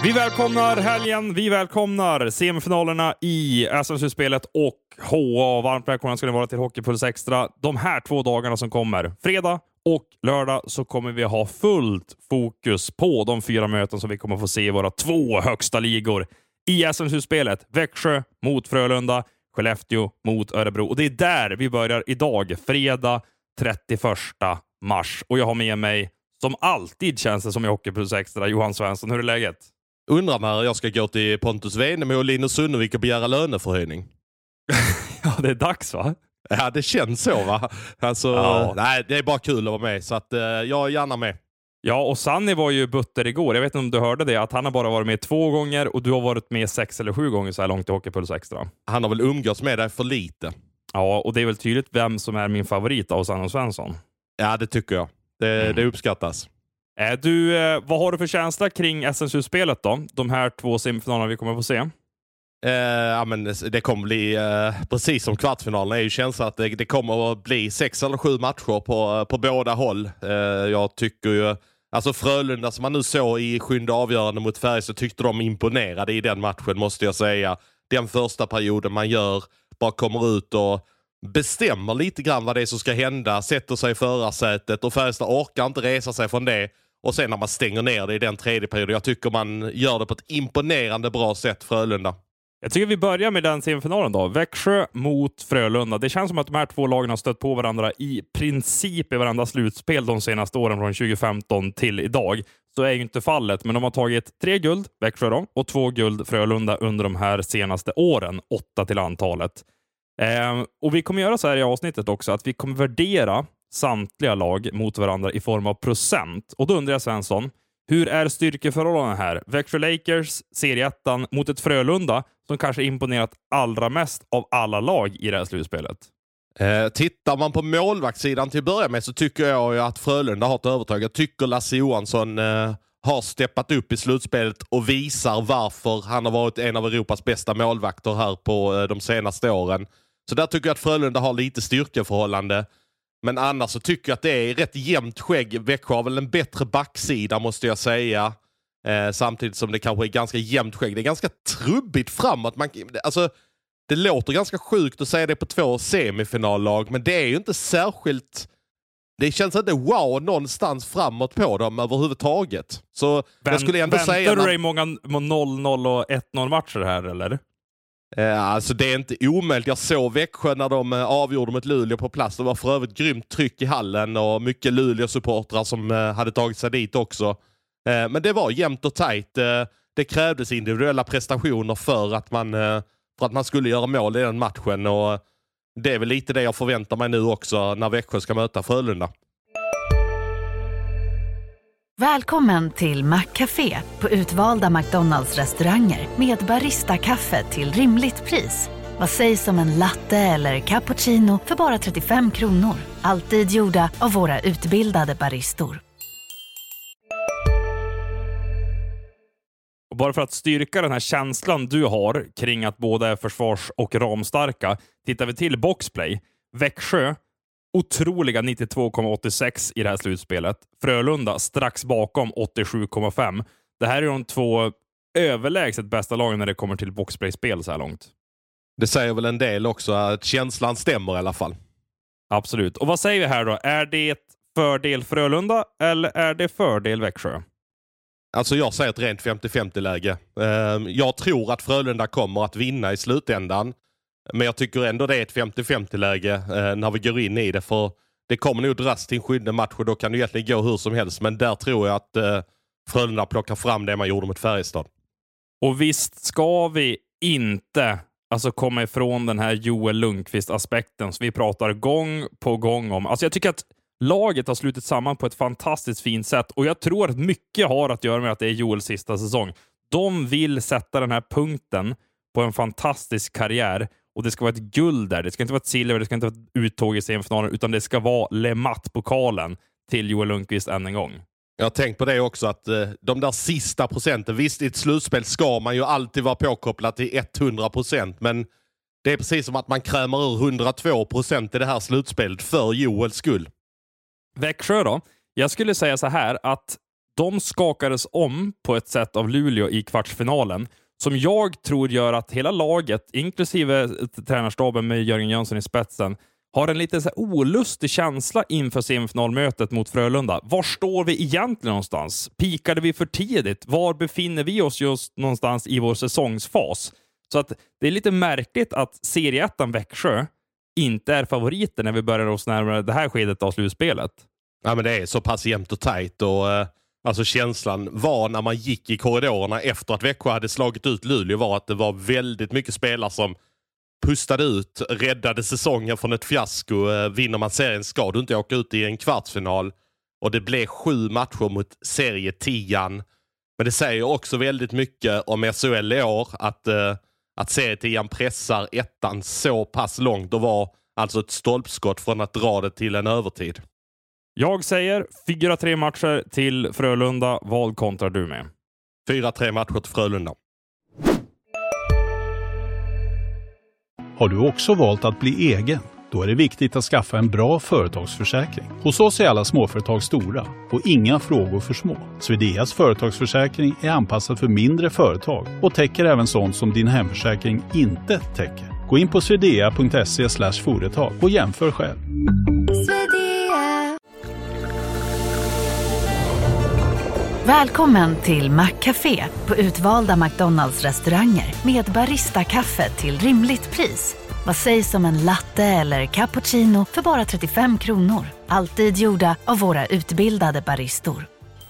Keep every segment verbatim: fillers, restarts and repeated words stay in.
Vi välkomnar helgen, vi välkomnar semifinalerna i S M-slutspelet och H A. Varmt välkomna ska ni vara till Hockeypuls Extra. De här två dagarna som kommer, fredag och lördag, så kommer vi ha fullt fokus på de fyra möten som vi kommer få se i våra två högsta ligor i S M-slutspelet. Växjö mot Frölunda, Skellefteå mot Örebro. Och det är där vi börjar idag, fredag trettioförsta mars. Och jag har med mig, som alltid känns det som i Hockeypuls Extra, Johan Svensson. Hur är läget? Undrar när jag ska gå till Pontus Wenemo och Linus Sunnevik och begära löneförhöjning. Ja, det är dags va? Ja, det känns så va? Alltså, ja. Nej, det är bara kul att vara med. Så att, uh, jag är gärna med. Ja, och Sanni var ju butter igår. Jag vet inte om du hörde det, att han har bara varit med två gånger och du har varit med sex eller sju gånger så här långt i Hockeypuls Extra. Han har väl umgåtts med dig för lite. Ja, och det är väl tydligt vem som är min favorit av Sanni och Svensson. Ja, det tycker jag. Det, mm. det uppskattas. Äh, du, eh, vad har du för känsla kring S M-slutspelet då? De här två semifinalerna vi kommer få se. Eh, ja, men det kommer bli, eh, precis som kvartsfinalerna, är ju känslan att det, det kommer att bli sex eller sju matcher på, på båda håll. Eh, jag tycker ju, alltså Frölunda som man nu såg i sjunde avgörande mot Färjestad, så tyckte de imponerade i den matchen, måste jag säga. Den första perioden man gör, bara kommer ut och bestämmer lite grann vad det är som ska hända, sätter sig i förarsätet och Färjestad orkar inte resa sig från det. Och sen när man stänger ner det i den tredje perioden, jag tycker man gör det på ett imponerande bra sätt, Frölunda. Jag tycker vi börjar med den semifinalen då. Växjö mot Frölunda. Det känns som att de här två lagen har stött på varandra i princip i varandra slutspel de senaste åren från tjugo femton till idag. Så är ju inte fallet, men de har tagit tre guld, Växjö då, och två guld Frölunda under de här senaste åren, åtta till antalet. Eh, och vi kommer göra så här i avsnittet också, att vi kommer värdera samtliga lag mot varandra i form av procent. Och då undrar jag, Svensson, hur är styrkeförhållandena här? Växjö Lakers, serieettan, mot ett Frölunda som kanske imponerat allra mest av alla lag i det här slutspelet. Eh, tittar man på målvaktssidan till att börja med, så tycker jag ju att Frölunda har ett övertag. Jag tycker Lasse Johansson eh, har steppat upp i slutspelet och visar varför han har varit en av Europas bästa målvakter här på eh, de senaste åren. Så där tycker jag att Frölunda har lite styrkeförhållande. Men annars så tycker jag att det är rätt jämnt skägg. Växjö har väl en bättre backsida, måste jag säga. Eh, samtidigt som det kanske är ganska jämnt skägg. Det är ganska trubbigt framåt. Man, alltså, det låter ganska sjukt att säga det på två semifinallag, men det är ju inte särskilt... Det känns inte wow någonstans framåt på dem överhuvudtaget. Så Vänt, jag skulle ändå väntar säga... Väntar du dig många noll noll och ett noll matcher här, eller? Eh, alltså det är inte omöjligt. Jag såg Växjö när de eh, avgjorde mot Luleå på plats. Det var för övrigt grymt tryck i hallen och mycket Luleå-supportrar som eh, hade tagit sig dit också. Eh, men det var jämnt och tajt. Eh, det krävdes individuella prestationer för att man, eh, för att man skulle göra mål i den matchen. Och det är väl lite det jag förväntar mig nu också när Växjö ska möta Frölunda. Välkommen till McCafé på utvalda McDonalds-restauranger med Barista-kaffe till rimligt pris. Vad sägs om en latte eller cappuccino för bara trettiofem kronor? Alltid gjorda av våra utbildade baristor. Och bara för att styrka den här känslan du har kring att båda är försvars- och ramstarka, tittar vi till boxplay. Växjö otroliga nittiotvå komma åttiosex i det här slutspelet. Frölunda strax bakom åttiosju komma fem. Det här är de två överlägset bästa lagen när det kommer till boxplay-spel så här långt. Det säger väl en del också att känslan stämmer i alla fall. Absolut. Och vad säger vi här då? Är det fördel Frölunda eller är det fördel Växjö? Alltså jag säger ett rent femtio femtio läge. Jag tror att Frölunda kommer att vinna i slutändan. Men jag tycker ändå det är ett femtio femtio läge eh, när vi går in i det. För det kommer nog dras till en sjunde match och då kan det egentligen gå hur som helst. Men där tror jag att eh, Frölunda plockar fram det man gjorde mot Färjestad. Och visst ska vi inte alltså komma ifrån den här Joel Lundqvist-aspekten som vi pratar gång på gång om. Alltså jag tycker att laget har slutit samman på ett fantastiskt fint sätt. Och jag tror att mycket har att göra med att det är Joels sista säsong. De vill sätta den här punkten på en fantastisk karriär. Och det ska vara ett guld där. Det ska inte vara ett silver, det ska inte vara ett uttåg i semifinalen, utan det ska vara Le Mat-pokalen till Joel Lundqvist än en gång. Jag har tänkt på det också, att eh, de där sista procenten, visst i ett slutspel ska man ju alltid vara påkopplad till hundra procent, men det är precis som att man krämar ur hundratvå procent i det här slutspelet för Joels skull. Växjö då? Jag skulle säga så här att de skakades om på ett sätt av Luleå i kvartsfinalen som jag tror gör att hela laget, inklusive tränarstaben med Jörgen Jönsson i spetsen, har en lite så här olustig känsla inför semifinalmötet mot Frölunda. Var står vi egentligen någonstans? Pikade vi för tidigt? Var befinner vi oss just någonstans i vår säsongsfas? Så att det är lite märkligt att serieettan Växjö inte är favoriter när vi börjar oss närmare det här skedet av slutspelet. Ja, men det är så pass jämnt och tajt och eh, alltså känslan var när man gick i korridorerna efter att Växjö hade slagit ut Luleå var att det var väldigt mycket spelare som pustade ut, räddade säsongen från ett fiasko. Eh, vinner man serien ska du inte åka ut i en kvartsfinal och det blev sju matcher mot serietian. Men det säger också väldigt mycket om S H L i år att, eh, att serietian pressar ettan så pass långt och var alltså ett stolpskott från att dra det till en övertid. Jag säger fyra tre matcher till Frölunda. Vad kontrar du med? fyra tre matcher till Frölunda. Har du också valt att bli egen? Då är det viktigt att skaffa en bra företagsförsäkring. Hos oss är alla småföretag stora och inga frågor för små. Swedeas företagsförsäkring är anpassad för mindre företag och täcker även sånt som din hemförsäkring inte täcker. Gå in på swedea punkt se slash företag och jämför själv. Välkommen till Maccafé på utvalda McDonalds restauranger med Barista-kaffe till rimligt pris. Vad sägs om en latte eller cappuccino för bara trettiofem kronor? Alltid gjorda av våra utbildade baristor.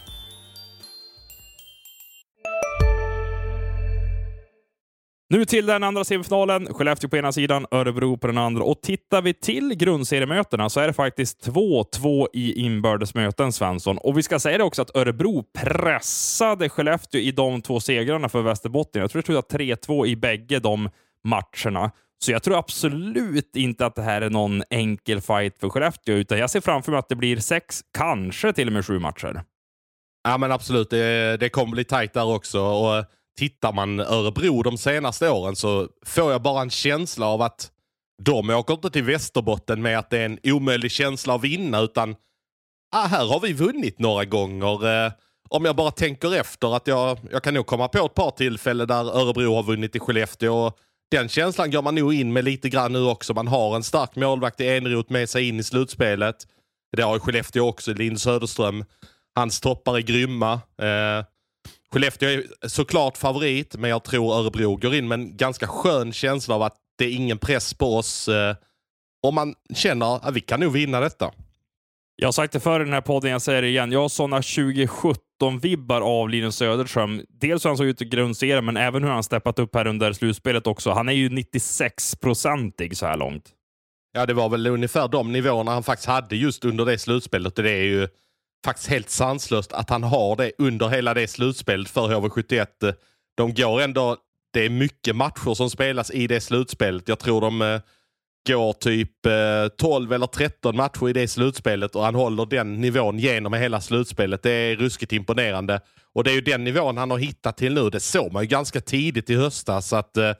Nu till den andra semifinalen. Skellefteå på ena sidan, Örebro på den andra. Och tittar vi till grundseriemötena så är det faktiskt två två i inbördesmöten, Svensson. Och vi ska säga det också att Örebro pressade Skellefteå i de två segrarna för Västerbotten. Jag tror det var tre två i bägge de matcherna. Så jag tror absolut inte att det här är någon enkel fight för Skellefteå, utan jag ser framför mig att det blir sex, kanske till och med sju matcher. Ja, men absolut. Det, det kommer bli tajt där också. Och tittar man Örebro de senaste åren så får jag bara en känsla av att de åker inte till Västerbotten med att det är en omöjlig känsla att vinna, utan ah, här har vi vunnit några gånger. Eh, om jag bara tänker efter att jag, jag kan nog komma på ett par tillfällen där Örebro har vunnit i Skellefteå, och den känslan går man nog in med lite grann nu också. Man har en stark målvakt i Eneroth med sig in i slutspelet. Det har ju Skellefteå också, Linus Söderström. Hans toppar är grymma. Eh, Skellefteå är såklart favorit, men jag tror Örebro går in med en ganska skön känsla av att det är ingen press på oss. Eh, om man känner att vi kan nog vinna detta. Jag har sagt det förr i den här podden, jag säger det igen. Jag har sådana tjugo sjutton-vibbar av Linus Söderström. Dels hur han såg ut i grundserien, men även hur han steppat upp här under slutspelet också. Han är ju nittiosex-procentig så här långt. Ja, det var väl ungefär de nivåerna han faktiskt hade just under det slutspelet. Och det är ju faktiskt helt sanslöst att han har det under hela det slutspelet för H V sjuttioett. De går ändå, det är mycket matcher som spelas i det slutspelet. Jag tror de eh, går typ eh, tolv eller tretton matcher i det slutspelet, och han håller den nivån genom hela slutspelet. Det är ruskigt imponerande. Och det är ju den nivån han har hittat till nu. Det såg man ju ganska tidigt i höstas att eh,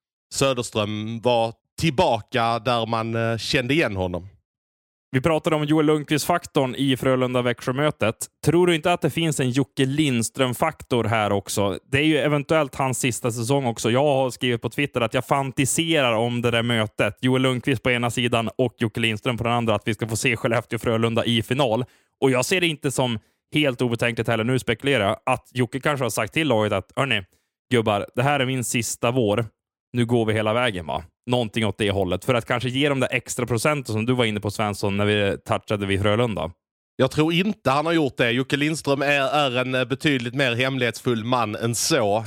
Söderström var tillbaka där man eh, kände igen honom. Vi pratade om Joel Lundqvist-faktorn i Frölunda-Växjö-mötet. Tror du inte att det finns en Jocke Lindström-faktor här också? Det är ju eventuellt hans sista säsong också. Jag har skrivit på Twitter att jag fantiserar om det där mötet. Joel Lundqvist på ena sidan och Jocke Lindström på den andra. Att vi ska få se Skellefteå-Frölunda i final. Och jag ser det inte som helt obetänkligt heller. Nu spekulerar jag att Jocke kanske har sagt till laget att hörni, gubbar, det här är min sista vår. Nu går vi hela vägen, va? Någonting åt det hållet. För att kanske ge dem där extra procenten som du var inne på, Svensson, när vi touchade vid Frölunda. Jag tror inte han har gjort det. Jocke Lindström är, är en betydligt mer hemlighetsfull man än så. Uh,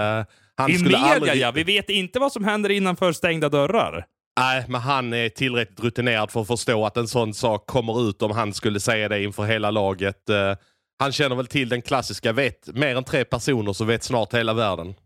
han I skulle media, aldrig... ja. Vi vet inte vad som händer innanför stängda dörrar. Nej, men han är tillräckligt rutinerad för att förstå att en sån sak kommer ut om han skulle säga det inför hela laget. Uh, han känner väl till den klassiska, vet mer än tre personer så vet snart hela världen.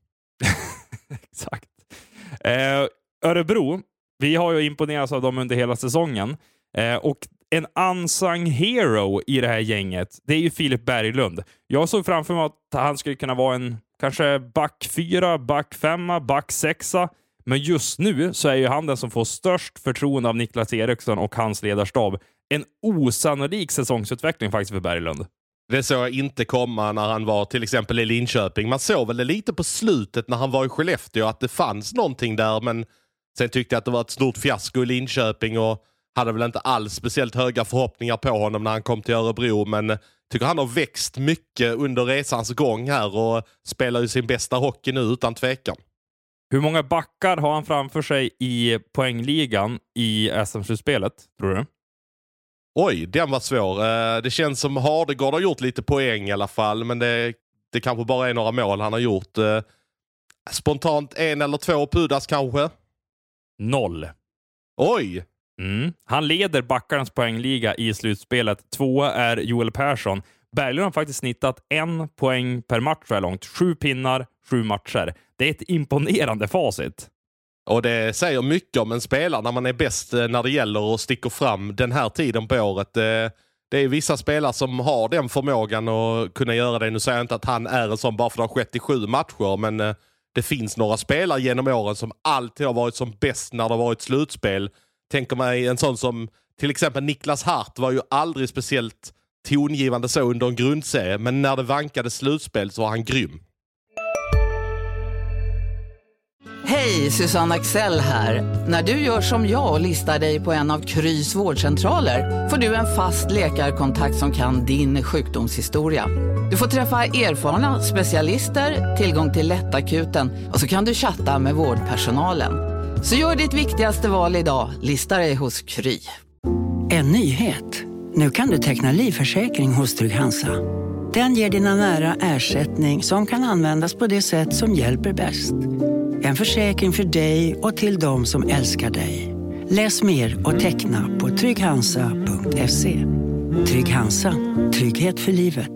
Exakt. Uh, Örebro, vi har ju imponerats av dem under hela säsongen. Eh, och en unsung hero i det här gänget, det är ju Filip Berglund. Jag såg framför mig att han skulle kunna vara en kanske back fyra, back femma, back sexa. Men just nu så är ju han den som får störst förtroende av Niklas Eriksson och hans ledarstab. En osannolik säsongsutveckling faktiskt för Berglund. Det såg jag inte komma när han var till exempel i Linköping. Man såg väl det lite på slutet när han var i Skellefteå att det fanns någonting där, men sen tyckte jag att det var ett stort fiasko i Linköping och hade väl inte alls speciellt höga förhoppningar på honom när han kom till Örebro, men tycker han har växt mycket under resans gång här och spelar ju sin bästa hockey nu utan tvekan. Hur många backar har han framför sig i poängligan i S M-slutspelet, tror du? Oj, den var svår. Det känns som Hardegård har gjort lite poäng i alla fall, men det, det kanske bara är några mål han har gjort. Spontant en eller två Pudas kanske? Noll. Oj! Mm. Han leder backarnas poängliga i slutspelet. Två är Joel Persson. Berglund har faktiskt snittat en poäng per match så här långt. Sju pinnar, sju matcher. Det är ett imponerande facit. Och det säger mycket om en spelare när man är bäst när det gäller och sticker fram den här tiden på året. Det, det är vissa spelare som har den förmågan att kunna göra det. Nu säger jag inte att han är en sån bara för att det har skett i sju matcher, men det finns några spelare genom åren som alltid har varit som bäst när det har varit slutspel. Tänker mig en sån som till exempel Niklas Hart var ju aldrig speciellt tongivande så under en grundserie, men när det vankade slutspel så var han grym. Hej, Susanne Axel här. När du gör som jag och listar dig på en av Krys vårdcentraler får du en fast läkarkontakt som kan din sjukdomshistoria. Du får träffa erfarna specialister, tillgång till lättakuten och så kan du chatta med vårdpersonalen. Så gör ditt viktigaste val idag, lista dig hos Kry. En nyhet. Nu kan du teckna livförsäkring hos Trygg-Hansa. Den ger dina nära ersättning som kan användas på det sätt som hjälper bäst. En försäkring för dig och till de som älskar dig. Läs mer och teckna på trygg hansa punkt se. Trygg-Hansa. Trygghet för livet.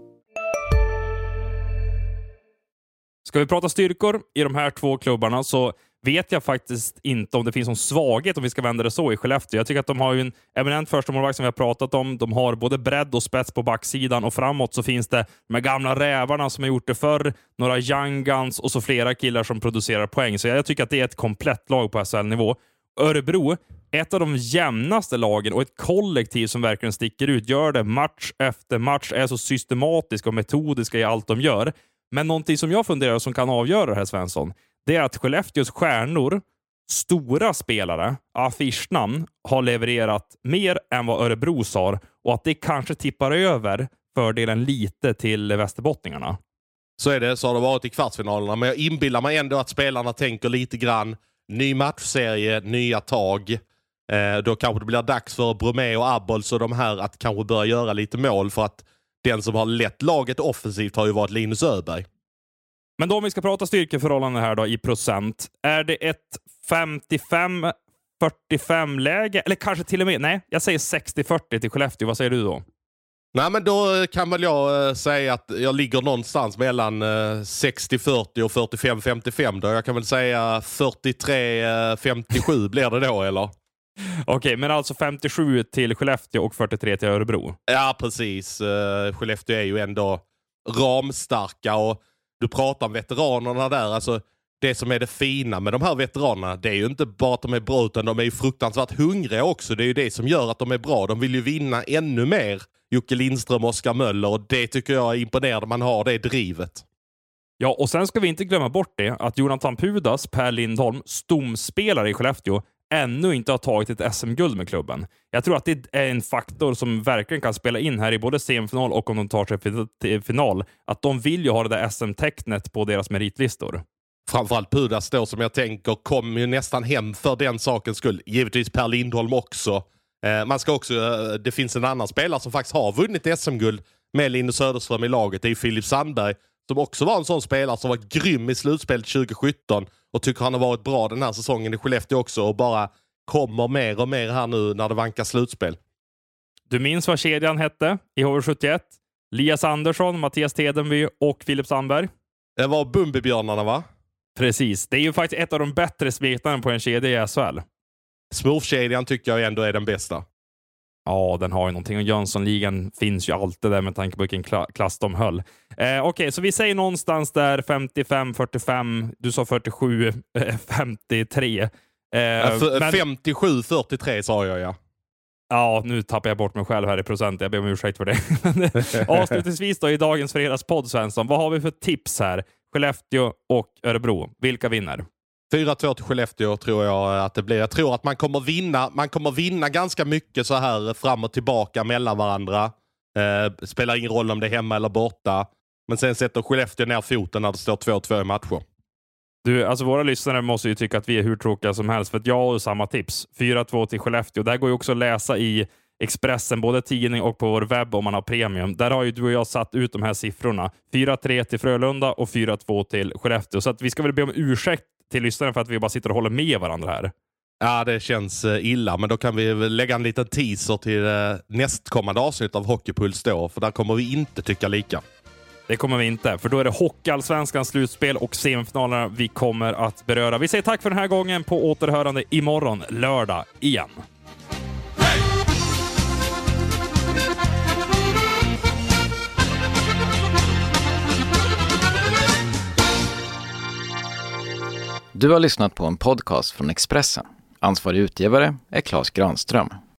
Ska vi prata styrkor i de här två klubbarna så vet jag faktiskt inte om det finns någon svaghet, om vi ska vända det så, i Skellefteå. Jag tycker att de har ju en eminent första målvakt som vi har pratat om. De har både bredd och spets på backsidan, och framåt så finns det de gamla rävarna som har gjort det förr, några young guns och så flera killar som producerar poäng. Så jag tycker att det är ett komplett lag på S H L-nivå. Örebro, ett av de jämnaste lagen och ett kollektiv som verkligen sticker ut, gör det match efter match, är så systematiska och metodiska i allt de gör. Men någonting som jag funderar som kan avgöra det här, Svensson, det är att Skellefteås stjärnor, stora spelare, affischnamn, har levererat mer än vad Örebros har, och att det kanske tippar över fördelen lite till västerbottningarna. Så är det, så har det varit i kvartsfinalerna, men jag inbillar mig ändå att spelarna tänker lite grann ny matchserie, nya tag. Eh, då kanske det blir dags för Bromé och Abbols och de här att kanske börja göra lite mål, för att den som har lett laget offensivt har ju varit Linus Öberg. Men då om vi ska prata styrkeförhållanden här då i procent, är det ett femtiofem fyrtiofem läge, eller kanske till och med, nej, jag säger sextio fyrtio till Skellefteå. Vad säger du då? Nej, men då kan väl jag äh, säga att jag ligger någonstans mellan äh, sextio fyrtio och fyrtiofem femtiofem då. Jag kan väl säga fyrtiotre femtiosju blir det då, eller? Okej, okay, men alltså femtiosju till Skellefteå och fyrtiotre till Örebro. Ja, precis. Uh, Skellefteå är ju ändå ramstarka, och du pratar om veteranerna där. Alltså, det som är det fina med de här veteranerna, det är ju inte bara att de är bra, utan de är ju fruktansvärt hungriga också. Det är ju det som gör att de är bra. De vill ju vinna ännu mer. Jocke Lindström och Oskar Möller, och det tycker jag är imponerande. Man har det drivet. Ja, och sen ska vi inte glömma bort det att Jonathan Pudas, Per Lindholm, stomspelare i Skellefteå, ännu inte har tagit ett S M-guld med klubben. Jag tror att det är en faktor som verkligen kan spela in här i både semifinal och om de tar sig till final. Att de vill ju ha det där S M-tecknet på deras meritlistor. Framförallt Pudas då, som jag tänker kom ju nästan hem för den sakens skull. Givetvis Per Lindholm också. Eh, man ska också eh, det finns en annan spelare som faktiskt har vunnit S M-guld med Linus Söderström i laget. Det är ju Filip Sandberg, som också var en sån spelare som var grym i slutspelet tjugo sjutton och tycker han har varit bra den här säsongen i Skellefteå också, och bara kommer mer och mer här nu när det vankar slutspel. Du minns vad kedjan hette i H V sjuttioett? Lias Andersson, Mattias Tedenby och Filip Sandberg. Det var Bumbibjörnarna, va? Precis. Det är ju faktiskt ett av de bättre smeknaderna på en kedja i S H L. Smurfkedjan tycker jag ändå är den bästa. Ja, den har ju någonting. Och Jönssonligan finns ju alltid där med tanke på vilken kla- klass de höll. Eh, Okej, okay, så vi säger någonstans där femtiofem fyrtiofem. Du sa fyrtiosju femtiotre. Eh, ja, f- men... femtiosju fyrtiotre sa jag, ja. Ja, nu tappar jag bort mig själv här i procent. Jag ber om ursäkt för det. Avslutningsvis då i dagens fredagspodd, Svensson. Vad har vi för tips här? Skellefteå och Örebro. Vilka vinner? fyra två till Skellefteå tror jag att det blir. Jag tror att man kommer vinna. Man kommer vinna ganska mycket så här fram och tillbaka mellan varandra. Eh, spelar ingen roll om det är hemma eller borta. Men sen sätter Skellefteå ner foten när det står två två i matcher. Du, alltså våra lyssnare måste ju tycka att vi är hur tråkiga som helst. För att jag har samma tips. fyra två till Skellefteå. Där går ju också att läsa i Expressen, både tidning och på vår webb om man har premium. Där har ju du och jag satt ut de här siffrorna. fyra tre till Frölunda och fyra två till Skellefteå. Så att vi ska väl be om ursäkt till lyssnaren för att vi bara sitter och håller med varandra här. Ja, det känns illa. Men då kan vi lägga en liten teaser till nästkommande avsnitt av Hockeypuls då. För där kommer vi inte tycka lika. Det kommer vi inte, för då är det Hockeyallsvenskans slutspel och semifinalerna vi kommer att beröra. Vi säger tack för den här gången, på återhörande imorgon, lördag igen. Du har lyssnat på en podcast från Expressen. Ansvarig utgivare är Claes Granström.